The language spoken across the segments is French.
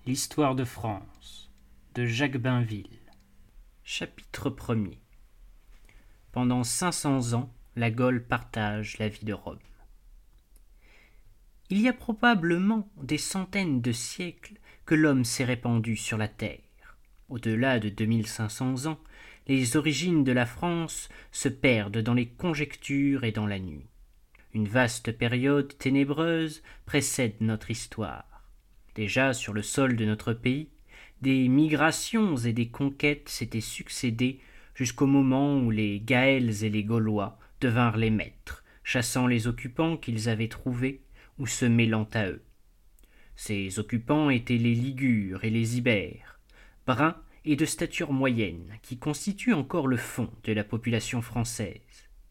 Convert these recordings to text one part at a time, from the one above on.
L'histoire de France, de Jacques Bainville. Chapitre 1er. Pendant 500 ans, la Gaule partage la vie de Rome. Il y a probablement des centaines de siècles que l'homme s'est répandu sur la terre. Au-delà de 2500 ans, les origines de la France se perdent dans les conjectures et dans la nuit. Une vaste période ténébreuse précède notre histoire. Déjà sur le sol de notre pays, des migrations et des conquêtes s'étaient succédé jusqu'au moment où les Gaëls et les Gaulois devinrent les maîtres, chassant les occupants qu'ils avaient trouvés ou se mêlant à eux. Ces occupants étaient les Ligures et les Ibères, bruns et de stature moyenne, qui constituent encore le fond de la population française.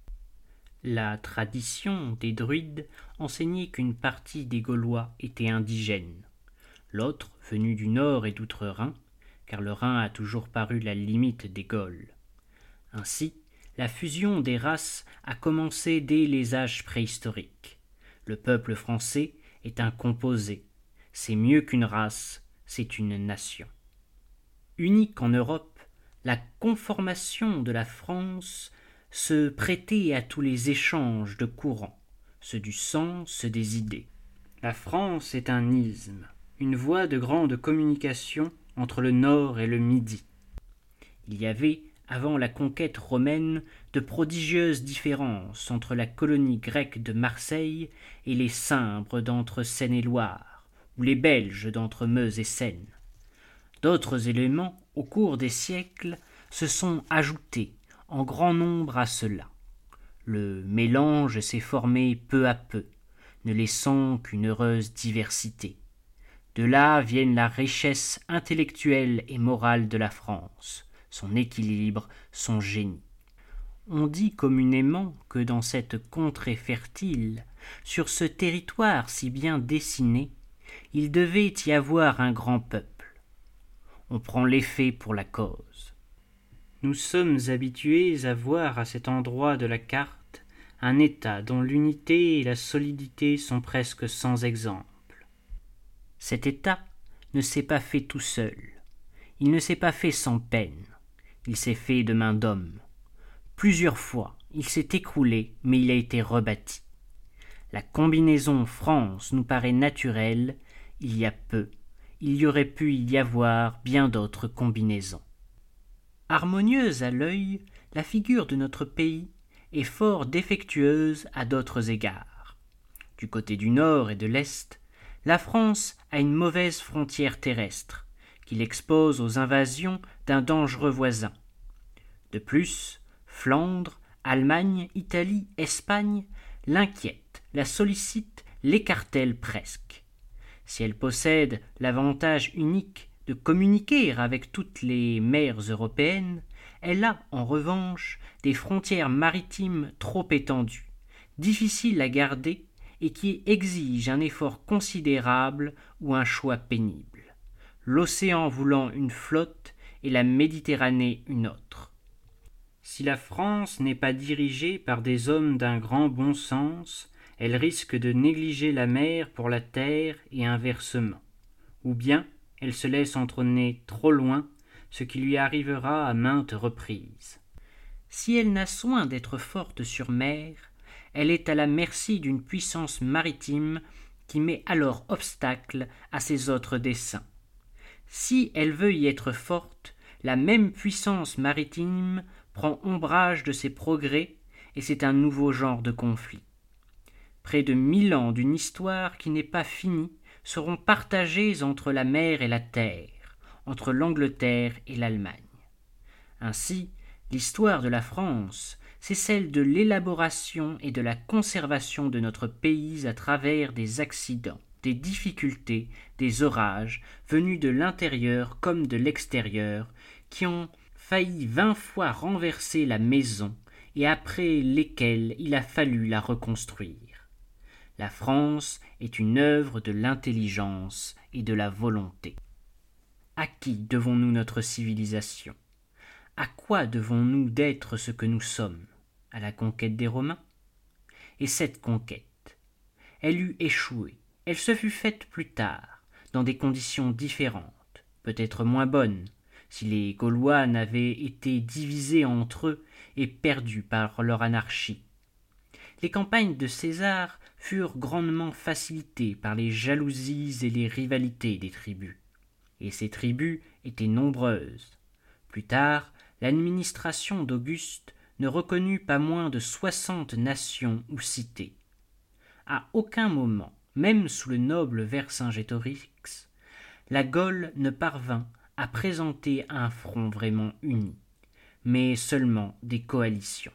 La tradition des druides enseignait qu'une partie des Gaulois était indigène, l'autre venue du nord et d'outre-Rhin, car le Rhin a toujours paru la limite des Gaules. Ainsi, la fusion des races a commencé dès les âges préhistoriques. Le peuple français est un composé. C'est mieux qu'une race, c'est une nation. Unique en Europe, la conformation de la France se prêtait à tous les échanges de courants, ceux du sang, ceux des idées. La France est un isthme, une voie de grande communication entre le nord et le midi. Il y avait, avant la conquête romaine, de prodigieuses différences entre la colonie grecque de Marseille et les Cimbres d'entre Seine-et-Loire, ou les Belges d'entre Meuse et Seine. D'autres éléments, au cours des siècles, se sont ajoutés en grand nombre à cela. Le mélange s'est formé peu à peu, ne laissant qu'une heureuse diversité. De là viennent la richesse intellectuelle et morale de la France, son équilibre, son génie. On dit communément que dans cette contrée fertile, sur ce territoire si bien dessiné, il devait y avoir un grand peuple. On prend l'effet pour la cause. Nous sommes habitués à voir à cet endroit de la carte un État dont l'unité et la solidité sont presque sans exemple. Cet État ne s'est pas fait tout seul. Il ne s'est pas fait sans peine. Il s'est fait de main d'homme. Plusieurs fois, il s'est écroulé, mais il a été rebâti. La combinaison France nous paraît naturelle. Il y a peu, il y aurait pu y avoir bien d'autres combinaisons. Harmonieuse à l'œil, la figure de notre pays est fort défectueuse à d'autres égards. Du côté du nord et de l'est, la France a une mauvaise frontière terrestre, qui l'expose aux invasions d'un dangereux voisin. De plus, Flandre, Allemagne, Italie, Espagne l'inquiètent, la sollicitent, l'écartèlent presque. Si elle possède l'avantage unique de communiquer avec toutes les mers européennes, elle a, en revanche, des frontières maritimes trop étendues, difficiles à garder et qui exigent un effort considérable ou un choix pénible, l'océan voulant une flotte et la Méditerranée une autre. Si la France n'est pas dirigée par des hommes d'un grand bon sens, elle risque de négliger la mer pour la terre et inversement, ou bien elle se laisse entraîner trop loin, ce qui lui arrivera à maintes reprises. Si elle n'a soin d'être forte sur mer, elle est à la merci d'une puissance maritime qui met alors obstacle à ses autres desseins. Si elle veut y être forte, la même puissance maritime prend ombrage de ses progrès et c'est un nouveau genre de conflit. Près de 1000 ans d'une histoire qui n'est pas finie seront partagés entre la mer et la terre, entre l'Angleterre et l'Allemagne. Ainsi, l'histoire de la France, c'est celle de l'élaboration et de la conservation de notre pays à travers des accidents, des difficultés, des orages, venus de l'intérieur comme de l'extérieur, qui ont failli 20 fois renverser la maison et après lesquels il a fallu la reconstruire. La France est une œuvre de l'intelligence et de la volonté. À qui devons-nous notre civilisation ? À quoi devons-nous d'être ce que nous sommes ? À la conquête des Romains ? Et cette conquête, elle eût échoué, elle se fût faite plus tard, dans des conditions différentes, peut-être moins bonnes, si les Gaulois n'avaient été divisés entre eux et perdus par leur anarchie. Les campagnes de César furent grandement facilitées par les jalousies et les rivalités des tribus, et ces tribus étaient nombreuses. Plus tard, l'administration d'Auguste ne reconnut pas moins de 60 nations ou cités. À aucun moment, même sous le noble Vercingétorix, la Gaule ne parvint à présenter un front vraiment uni, mais seulement des coalitions.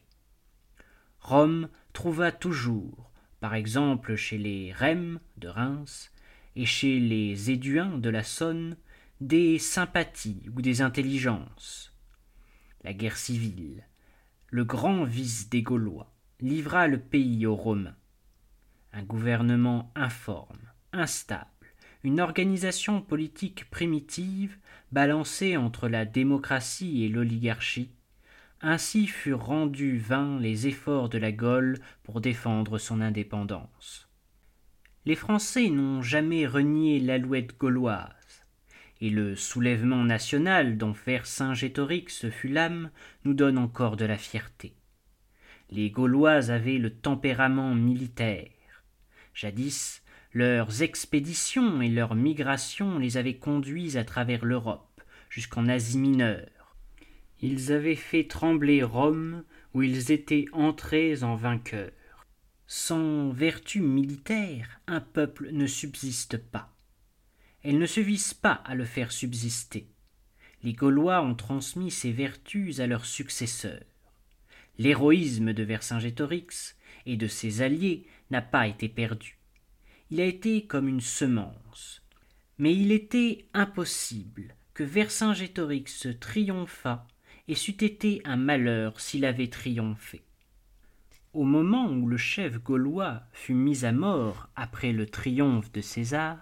Rome trouva toujours, par exemple chez les Rèmes de Reims et chez les Éduins de la Saône, des sympathies ou des intelligences. La guerre civile, le grand vice des Gaulois, livra le pays aux Romains. Un gouvernement informe, instable, une organisation politique primitive, balancée entre la démocratie et l'oligarchie, ainsi furent rendus vains les efforts de la Gaule pour défendre son indépendance. Les Français n'ont jamais renié l'alouette gauloise, et le soulèvement national dont Vercingétorix fut l'âme nous donne encore de la fierté. Les Gaulois avaient le tempérament militaire. Jadis, leurs expéditions et leurs migrations les avaient conduits à travers l'Europe, jusqu'en Asie mineure. Ils avaient fait trembler Rome, où ils étaient entrés en vainqueurs. Sans vertu militaire, un peuple ne subsiste pas. Elles ne se visent pas à le faire subsister. Les Gaulois ont transmis ces vertus à leurs successeurs. L'héroïsme de Vercingétorix et de ses alliés n'a pas été perdu. Il a été comme une semence. Mais il était impossible que Vercingétorix triomphât, et c'eût été un malheur s'il avait triomphé. Au moment où le chef gaulois fut mis à mort après le triomphe de César,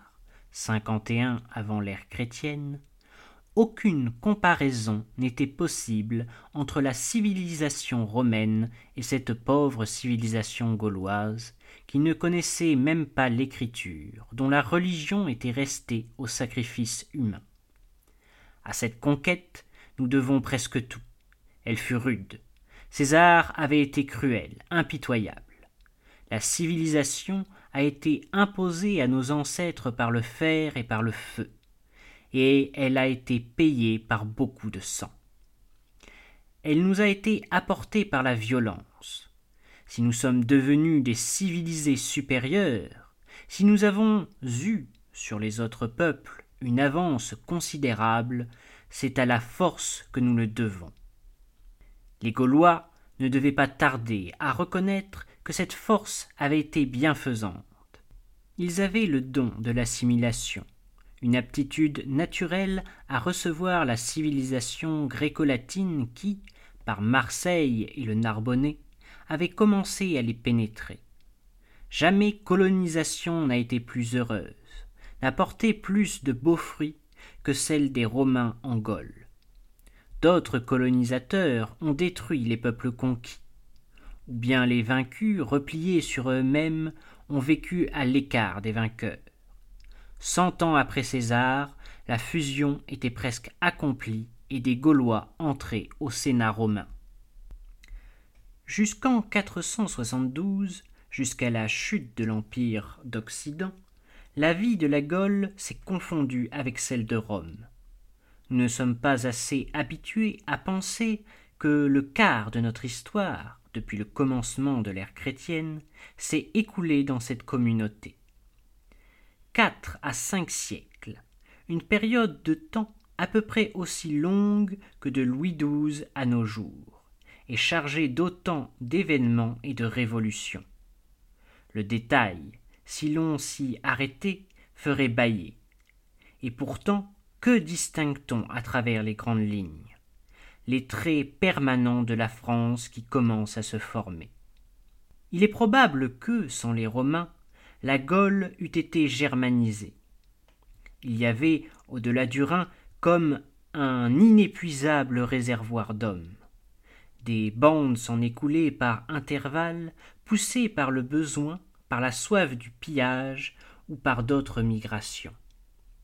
51 avant l'ère chrétienne, aucune comparaison n'était possible entre la civilisation romaine et cette pauvre civilisation gauloise qui ne connaissait même pas l'écriture, dont la religion était restée au sacrifice humain. À cette conquête, nous devons presque tout. Elle fut rude. César avait été cruel, impitoyable. La civilisation a été imposée à nos ancêtres par le fer et par le feu, et elle a été payée par beaucoup de sang. Elle nous a été apportée par la violence. Si nous sommes devenus des civilisés supérieurs, si nous avons eu, sur les autres peuples, une avance considérable, c'est à la force que nous le devons. Les Gaulois ne devaient pas tarder à reconnaître que cette force avait été bienfaisante. Ils avaient le don de l'assimilation, une aptitude naturelle à recevoir la civilisation gréco-latine qui, par Marseille et le Narbonnais, avait commencé à les pénétrer. Jamais colonisation n'a été plus heureuse, n'a porté plus de beaux fruits que celle des Romains en Gaule. D'autres colonisateurs ont détruit les peuples conquis, ou bien les vaincus, repliés sur eux-mêmes, ont vécu à l'écart des vainqueurs. 100 ans après César, la fusion était presque accomplie et des Gaulois entraient au Sénat romain. Jusqu'en 472, jusqu'à la chute de l'Empire d'Occident, la vie de la Gaule s'est confondue avec celle de Rome. Nous ne sommes pas assez habitués à penser que le quart de notre histoire, depuis le commencement de l'ère chrétienne, s'est écoulé dans cette communauté. 4 à 5 siècles, une période de temps à peu près aussi longue que de Louis XII à nos jours, et chargée d'autant d'événements et de révolutions. Le détail, si l'on s'y arrêtait, ferait bâiller. Et pourtant, que distingue-t-on à travers les grandes lignes? Les traits permanents de la France qui commence à se former. Il est probable que, sans les Romains, la Gaule eût été germanisée. Il y avait, au-delà du Rhin, comme un inépuisable réservoir d'hommes. Des bandes s'en écoulaient par intervalles, poussées par le besoin, par la soif du pillage ou par d'autres migrations.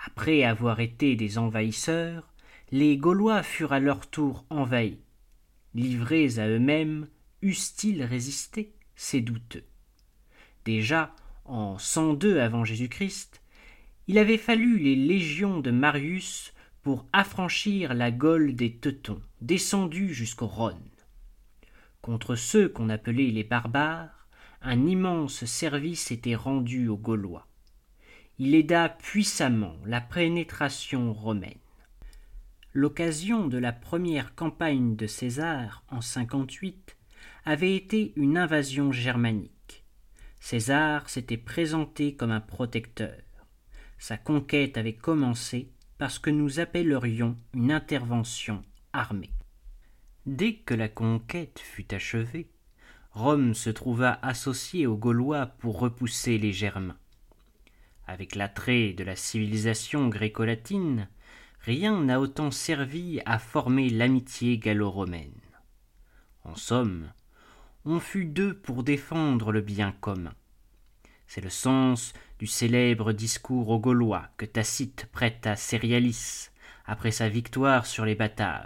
Après avoir été des envahisseurs, les Gaulois furent à leur tour envahis. Livrés à eux-mêmes, eussent-ils résisté? C'est douteux. Déjà, en 102 avant Jésus-Christ, il avait fallu les légions de Marius pour affranchir la Gaule des Teutons, descendus jusqu'au Rhône. Contre ceux qu'on appelait les barbares, un immense service était rendu aux Gaulois. Il aida puissamment la pénétration romaine. L'occasion de la première campagne de César en 58 avait été une invasion germanique. César s'était présenté comme un protecteur. Sa conquête avait commencé par ce que nous appellerions une intervention armée. Dès que la conquête fut achevée, Rome se trouva associée aux Gaulois pour repousser les Germains. Avec l'attrait de la civilisation gréco-latine, rien n'a autant servi à former l'amitié gallo-romaine. En somme, on fut deux pour défendre le bien commun. C'est le sens du célèbre discours aux Gaulois que Tacite prête à Cérialis après sa victoire sur les Bataves.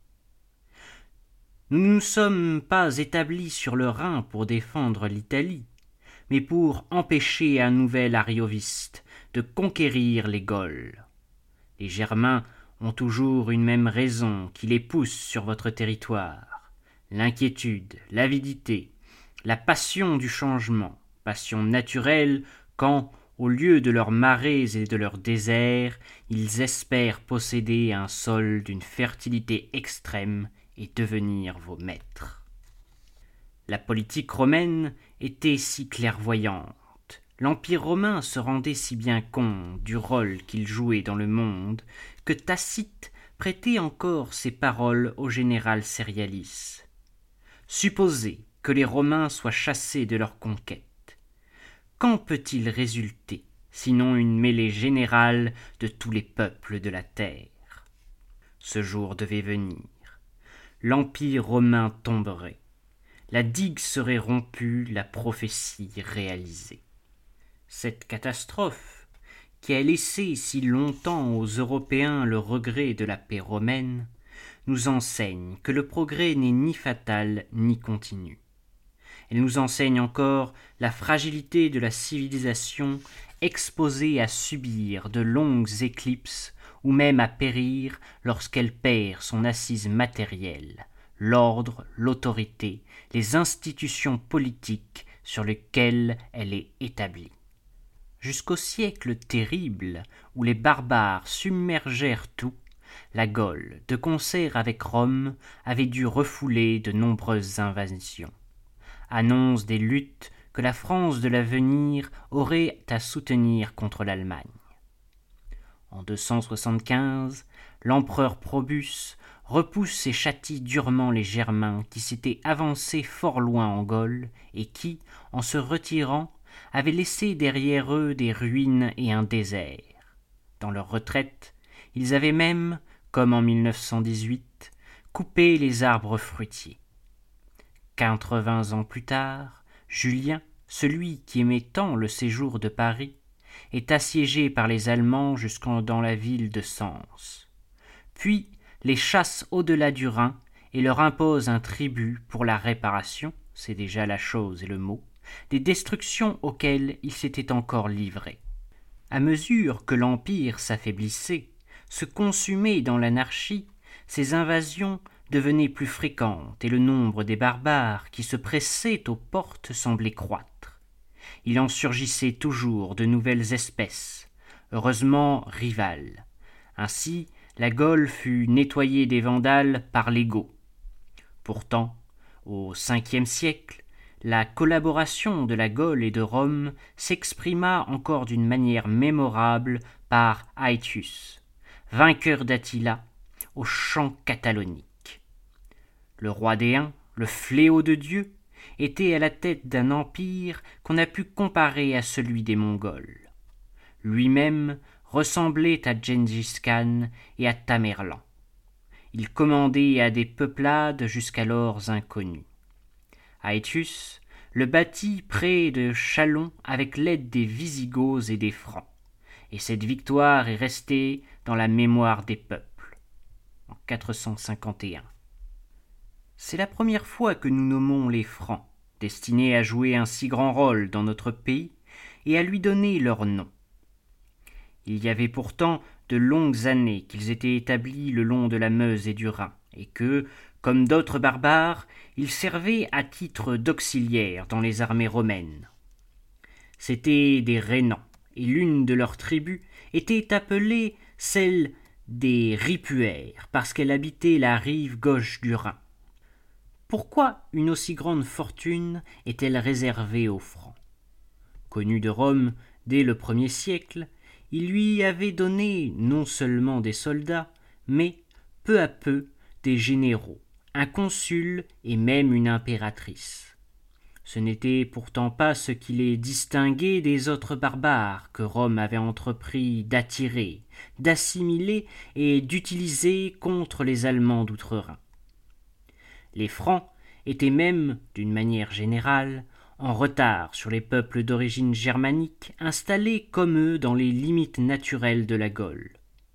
Nous ne nous sommes pas établis sur le Rhin pour défendre l'Italie, mais pour empêcher un nouvel Arioviste de conquérir les Gaules. Les Germains ont toujours une même raison qui les pousse sur votre territoire, l'inquiétude, l'avidité, la passion du changement, passion naturelle quand, au lieu de leurs marais et de leurs déserts, ils espèrent posséder un sol d'une fertilité extrême et devenir vos maîtres. La politique romaine était si clairvoyante, l'Empire romain se rendait si bien compte du rôle qu'il jouait dans le monde, que Tacite prêtait encore ses paroles au général Cérialis. Supposez que les Romains soient chassés de leur conquête. Qu'en peut-il résulter, sinon une mêlée générale de tous les peuples de la terre? Ce jour devait venir. L'Empire romain tomberait. La digue serait rompue, la prophétie réalisée. Cette catastrophe, qui a laissé si longtemps aux Européens le regret de la paix romaine, nous enseigne que le progrès n'est ni fatal ni continu. Elle nous enseigne encore la fragilité de la civilisation exposée à subir de longues éclipses ou même à périr lorsqu'elle perd son assise matérielle, l'ordre, l'autorité, les institutions politiques sur lesquelles elle est établie. Jusqu'au siècle terrible où les barbares submergèrent tout, la Gaule, de concert avec Rome, avait dû refouler de nombreuses invasions. Annonce des luttes que la France de l'avenir aurait à soutenir contre l'Allemagne. En 275, l'empereur Probus repousse et châtie durement les Germains qui s'étaient avancés fort loin en Gaule et qui, en se retirant, avaient laissé derrière eux des ruines et un désert. Dans leur retraite, ils avaient même, comme en 1918, coupé les arbres fruitiers. 80 ans plus tard, Julien, celui qui aimait tant le séjour de Paris, est assiégé par les Allemands jusqu'en dans la ville de Sens. Puis les chassent au-delà du Rhin et leur imposent un tribut pour la réparation, c'est déjà la chose et le mot, des destructions auxquelles ils s'étaient encore livrés. À mesure que l'Empire s'affaiblissait, se consumait dans l'anarchie, ces invasions devenaient plus fréquentes et le nombre des barbares qui se pressaient aux portes semblait croître. Il en surgissait toujours de nouvelles espèces, heureusement rivales. Ainsi, la Gaule fut nettoyée des Vandales par les Goths. Pourtant, au Ve siècle, la collaboration de la Gaule et de Rome s'exprima encore d'une manière mémorable par Aetius, vainqueur d'Attila, au champ catalonique. Le roi des Huns, le fléau de Dieu, était à la tête d'un empire qu'on a pu comparer à celui des Mongols. Lui-même ressemblait à Gengis Khan et à Tamerlan. Il commandait à des peuplades jusqu'alors inconnues. Aetius le bâtit près de Châlons avec l'aide des Visigoths et des Francs, et cette victoire est restée dans la mémoire des peuples. En 451. C'est la première fois que nous nommons les Francs, destinés à jouer un si grand rôle dans notre pays et à lui donner leur nom. Il y avait pourtant de longues années qu'ils étaient établis le long de la Meuse et du Rhin, et que, comme d'autres barbares, ils servaient à titre d'auxiliaires dans les armées romaines. C'étaient des Rhénans, et l'une de leurs tribus était appelée celle des Ripuaires, parce qu'elle habitait la rive gauche du Rhin. Pourquoi une aussi grande fortune est-elle réservée aux Francs ? Connu de Rome dès le 1er siècle, il lui avait donné non seulement des soldats, mais, peu à peu, des généraux, un consul et même une impératrice. Ce n'était pourtant pas ce qui les distinguait des autres barbares que Rome avait entrepris d'attirer, d'assimiler et d'utiliser contre les Allemands d'outre-Rhin. Les Francs étaient même, d'une manière générale, en retard sur les peuples d'origine germanique installés comme eux dans les limites naturelles de la Gaule.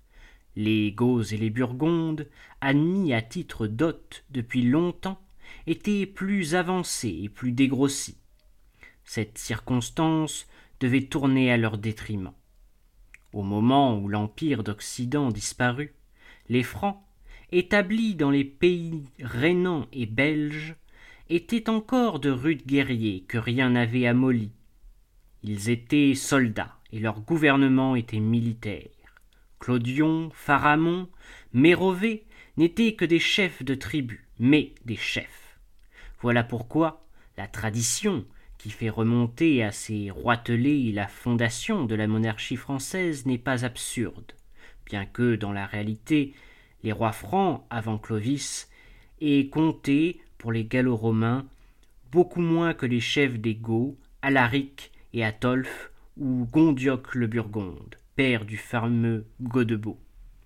Les Gauls et les Burgondes, admis à titre d'hôtes depuis longtemps, étaient plus avancés et plus dégrossis. Cette circonstance devait tourner à leur détriment. Au moment où l'Empire d'Occident disparut, les Francs, établis dans les pays rhénans et belges, étaient encore de rudes guerriers que rien n'avait amollis. Ils étaient soldats et leur gouvernement était militaire. Clodion, Pharamond, Mérovée n'étaient que des chefs de tribus, mais des chefs. Voilà pourquoi la tradition, qui fait remonter à ces roitelets la fondation de la monarchie française, n'est pas absurde, bien que, dans la réalité, les rois francs, avant Clovis, aient compté, pour les Gallo-Romains, beaucoup moins que les chefs des Goths, Alaric et Atolphe, ou Gondioque le Burgonde, père du fameux Godebo.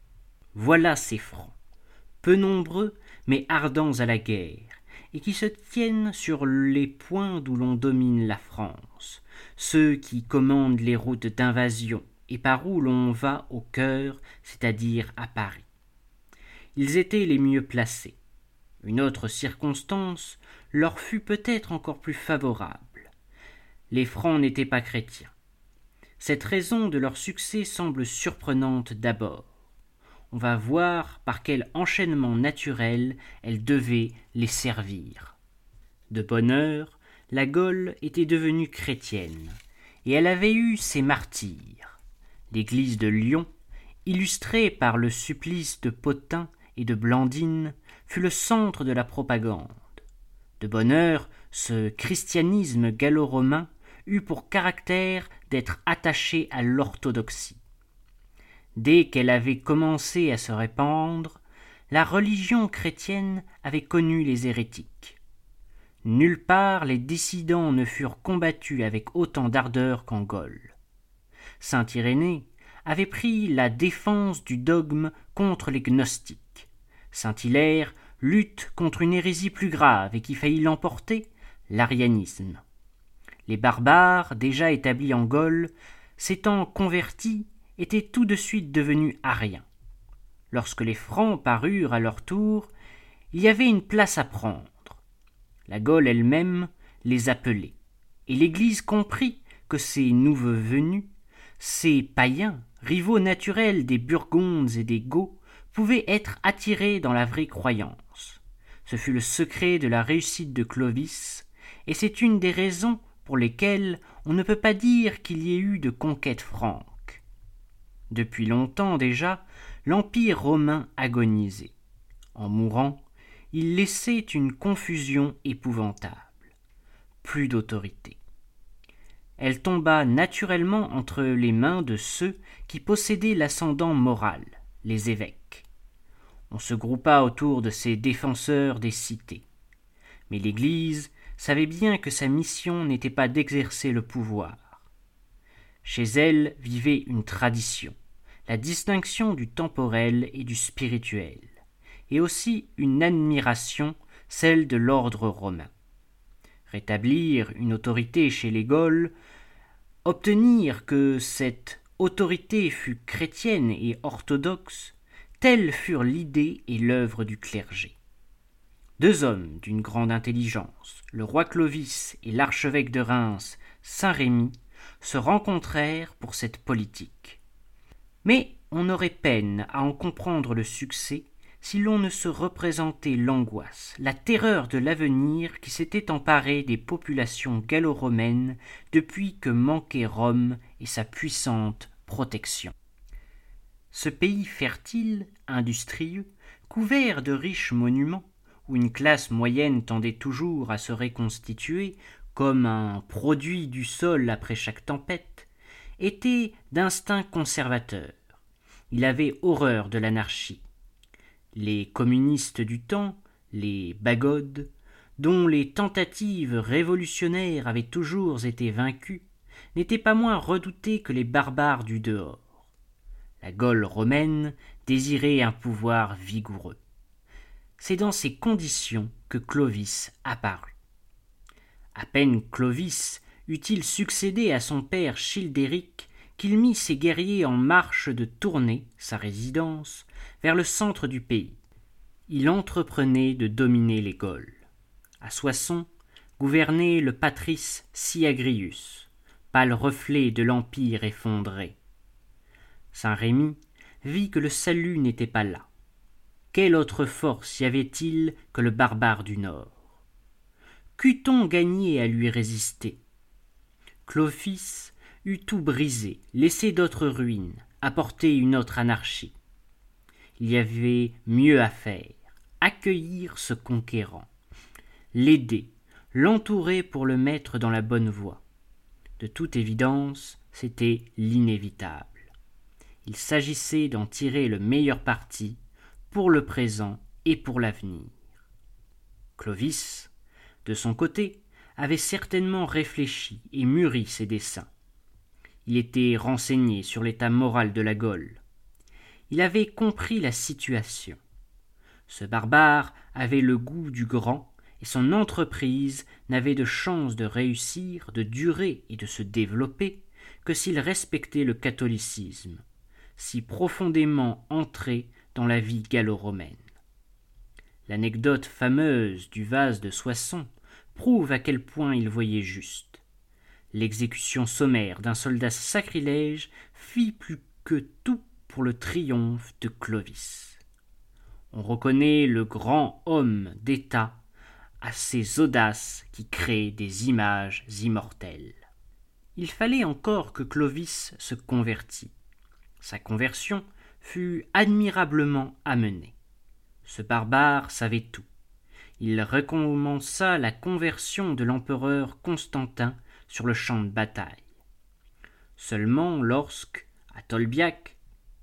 Voilà ces Francs, peu nombreux, mais ardents à la guerre, et qui se tiennent sur les points d'où l'on domine la France, ceux qui commandent les routes d'invasion, et par où l'on va au cœur, c'est-à-dire à Paris. Ils étaient les mieux placés. Une autre circonstance leur fut peut-être encore plus favorable. Les Francs n'étaient pas chrétiens. Cette raison de leur succès semble surprenante d'abord. On va voir par quel enchaînement naturel elle devait les servir. De bonne heure, la Gaule était devenue chrétienne, et elle avait eu ses martyrs. L'église de Lyon, illustrée par le supplice de Pothin et de Blandine, fut le centre de la propagande. De bonne heure, ce christianisme gallo-romain eut pour caractère d'être attaché à l'orthodoxie. Dès qu'elle avait commencé à se répandre, la religion chrétienne avait connu les hérétiques. Nulle part les dissidents ne furent combattus avec autant d'ardeur qu'en Gaule. Saint Irénée avait pris la défense du dogme contre les gnostiques. Saint Hilaire lutte contre une hérésie plus grave et qui faillit l'emporter, l'arianisme. Les barbares, déjà établis en Gaule, s'étant convertis, étaient tout de suite devenus ariens. Lorsque les Francs parurent à leur tour, il y avait une place à prendre. La Gaule elle-même les appelait, et l'Église comprit que ces nouveaux venus, ces païens, rivaux naturels des Burgondes et des Goths, pouvaient être attirés dans la vraie croyance. Ce fut le secret de la réussite de Clovis, et c'est une des raisons pour lesquelles on ne peut pas dire qu'il y ait eu de conquête franque. Depuis longtemps déjà, l'Empire romain agonisait. En mourant, il laissait une confusion épouvantable. Plus d'autorité. Elle tomba naturellement entre les mains de ceux qui possédaient l'ascendant moral, les évêques. On se groupa autour de ces défenseurs des cités. Mais l'Église savait bien que sa mission n'était pas d'exercer le pouvoir. Chez elle vivait une tradition, la distinction du temporel et du spirituel, et aussi une admiration, celle de l'ordre romain. Rétablir une autorité chez les Gaules, obtenir que cette autorité fut chrétienne et orthodoxe, telles furent l'idée et l'œuvre du clergé. Deux hommes d'une grande intelligence, le roi Clovis et l'archevêque de Reims, Saint-Rémy, se rencontrèrent pour cette politique. Mais on aurait peine à en comprendre le succès si l'on ne se représentait l'angoisse, la terreur de l'avenir qui s'était emparée des populations gallo-romaines depuis que manquait Rome et sa puissante protection. Ce pays fertile, industrieux, couvert de riches monuments, où une classe moyenne tendait toujours à se reconstituer comme un produit du sol après chaque tempête, était d'instinct conservateur. Il avait horreur de l'anarchie. Les communistes du temps, les bagodes, dont les tentatives révolutionnaires avaient toujours été vaincues, n'étaient pas moins redoutés que les barbares du dehors. La Gaule romaine désirait un pouvoir vigoureux. C'est dans ces conditions que Clovis apparut. À peine Clovis eut-il succédé à son père Childéric qu'il mit ses guerriers en marche de tourner, sa résidence, vers le centre du pays. Il entreprenait de dominer les Gaules. À Soissons gouvernait le patrice Syagrius, pâle reflet de l'empire effondré. Saint-Rémy vit que le salut n'était pas là. Quelle autre force y avait-il que le barbare du Nord? Qu'eût-on gagné à lui résister? Clovis eût tout brisé, laissé d'autres ruines, apporté une autre anarchie. Il y avait mieux à faire, accueillir ce conquérant, l'aider, l'entourer pour le mettre dans la bonne voie. De toute évidence, c'était l'inévitable. Il s'agissait d'en tirer le meilleur parti pour le présent et pour l'avenir. Clovis, de son côté, avait certainement réfléchi et mûri ses desseins. Il était renseigné sur l'état moral de la Gaule. Il avait compris la situation. Ce barbare avait le goût du grand et son entreprise n'avait de chance de réussir, de durer et de se développer que s'il respectait le catholicisme, si profondément entré dans la vie gallo-romaine. L'anecdote fameuse du vase de Soissons prouve à quel point il voyait juste. L'exécution sommaire d'un soldat sacrilège fit plus que tout pour le triomphe de Clovis. On reconnaît le grand homme d'État à ces audaces qui créent des images immortelles. Il fallait encore que Clovis se convertît. Sa conversion fut admirablement amenée. Ce barbare savait tout. Il recommença la conversion de l'empereur Constantin sur le champ de bataille. Seulement lorsque, à Tolbiac,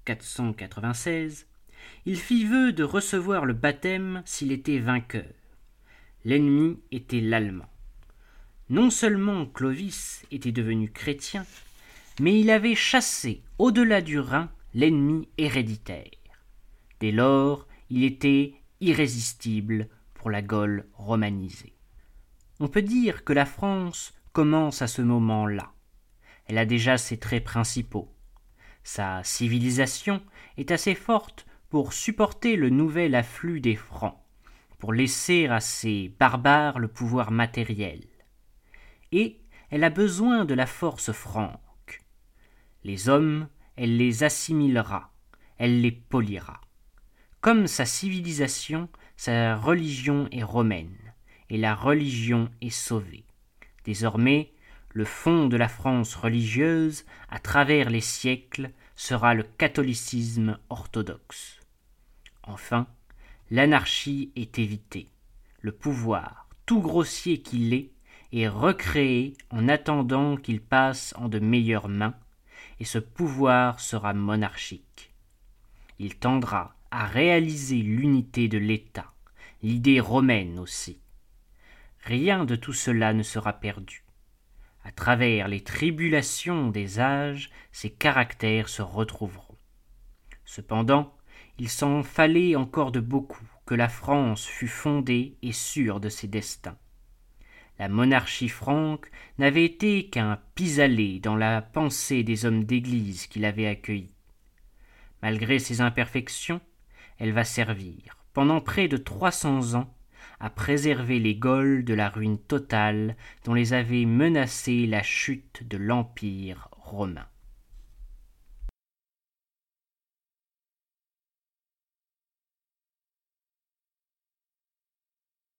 496, il fit vœu de recevoir le baptême s'il était vainqueur. L'ennemi était l'Allemand. Non seulement Clovis était devenu chrétien, mais il avait chassé au-delà du Rhin l'ennemi héréditaire. Dès lors, il était irrésistible pour la Gaule romanisée. On peut dire que la France commence à ce moment-là. Elle a déjà ses traits principaux. Sa civilisation est assez forte pour supporter le nouvel afflux des Francs, pour laisser à ces barbares le pouvoir matériel. Et elle a besoin de la force franque. Les hommes, elle les assimilera, elle les polira. Comme sa civilisation, sa religion est romaine, et la religion est sauvée. Désormais, le fond de la France religieuse, à travers les siècles, sera le catholicisme orthodoxe. Enfin, l'anarchie est évitée. Le pouvoir, tout grossier qu'il est recréé en attendant qu'il passe en de meilleures mains, et ce pouvoir sera monarchique. Il tendra à réaliser l'unité de l'État, l'idée romaine aussi. Rien de tout cela ne sera perdu. À travers les tribulations des âges, ces caractères se retrouveront. Cependant, il s'en fallait encore de beaucoup que la France fût fondée et sûre de ses destins. La monarchie franque n'avait été qu'un pis-aller dans la pensée des hommes d'Église qui l'avaient accueillie. Malgré ses imperfections, elle va servir, pendant près de 300 ans, à préserver les Gaules de la ruine totale dont les avait menacés la chute de l'Empire romain.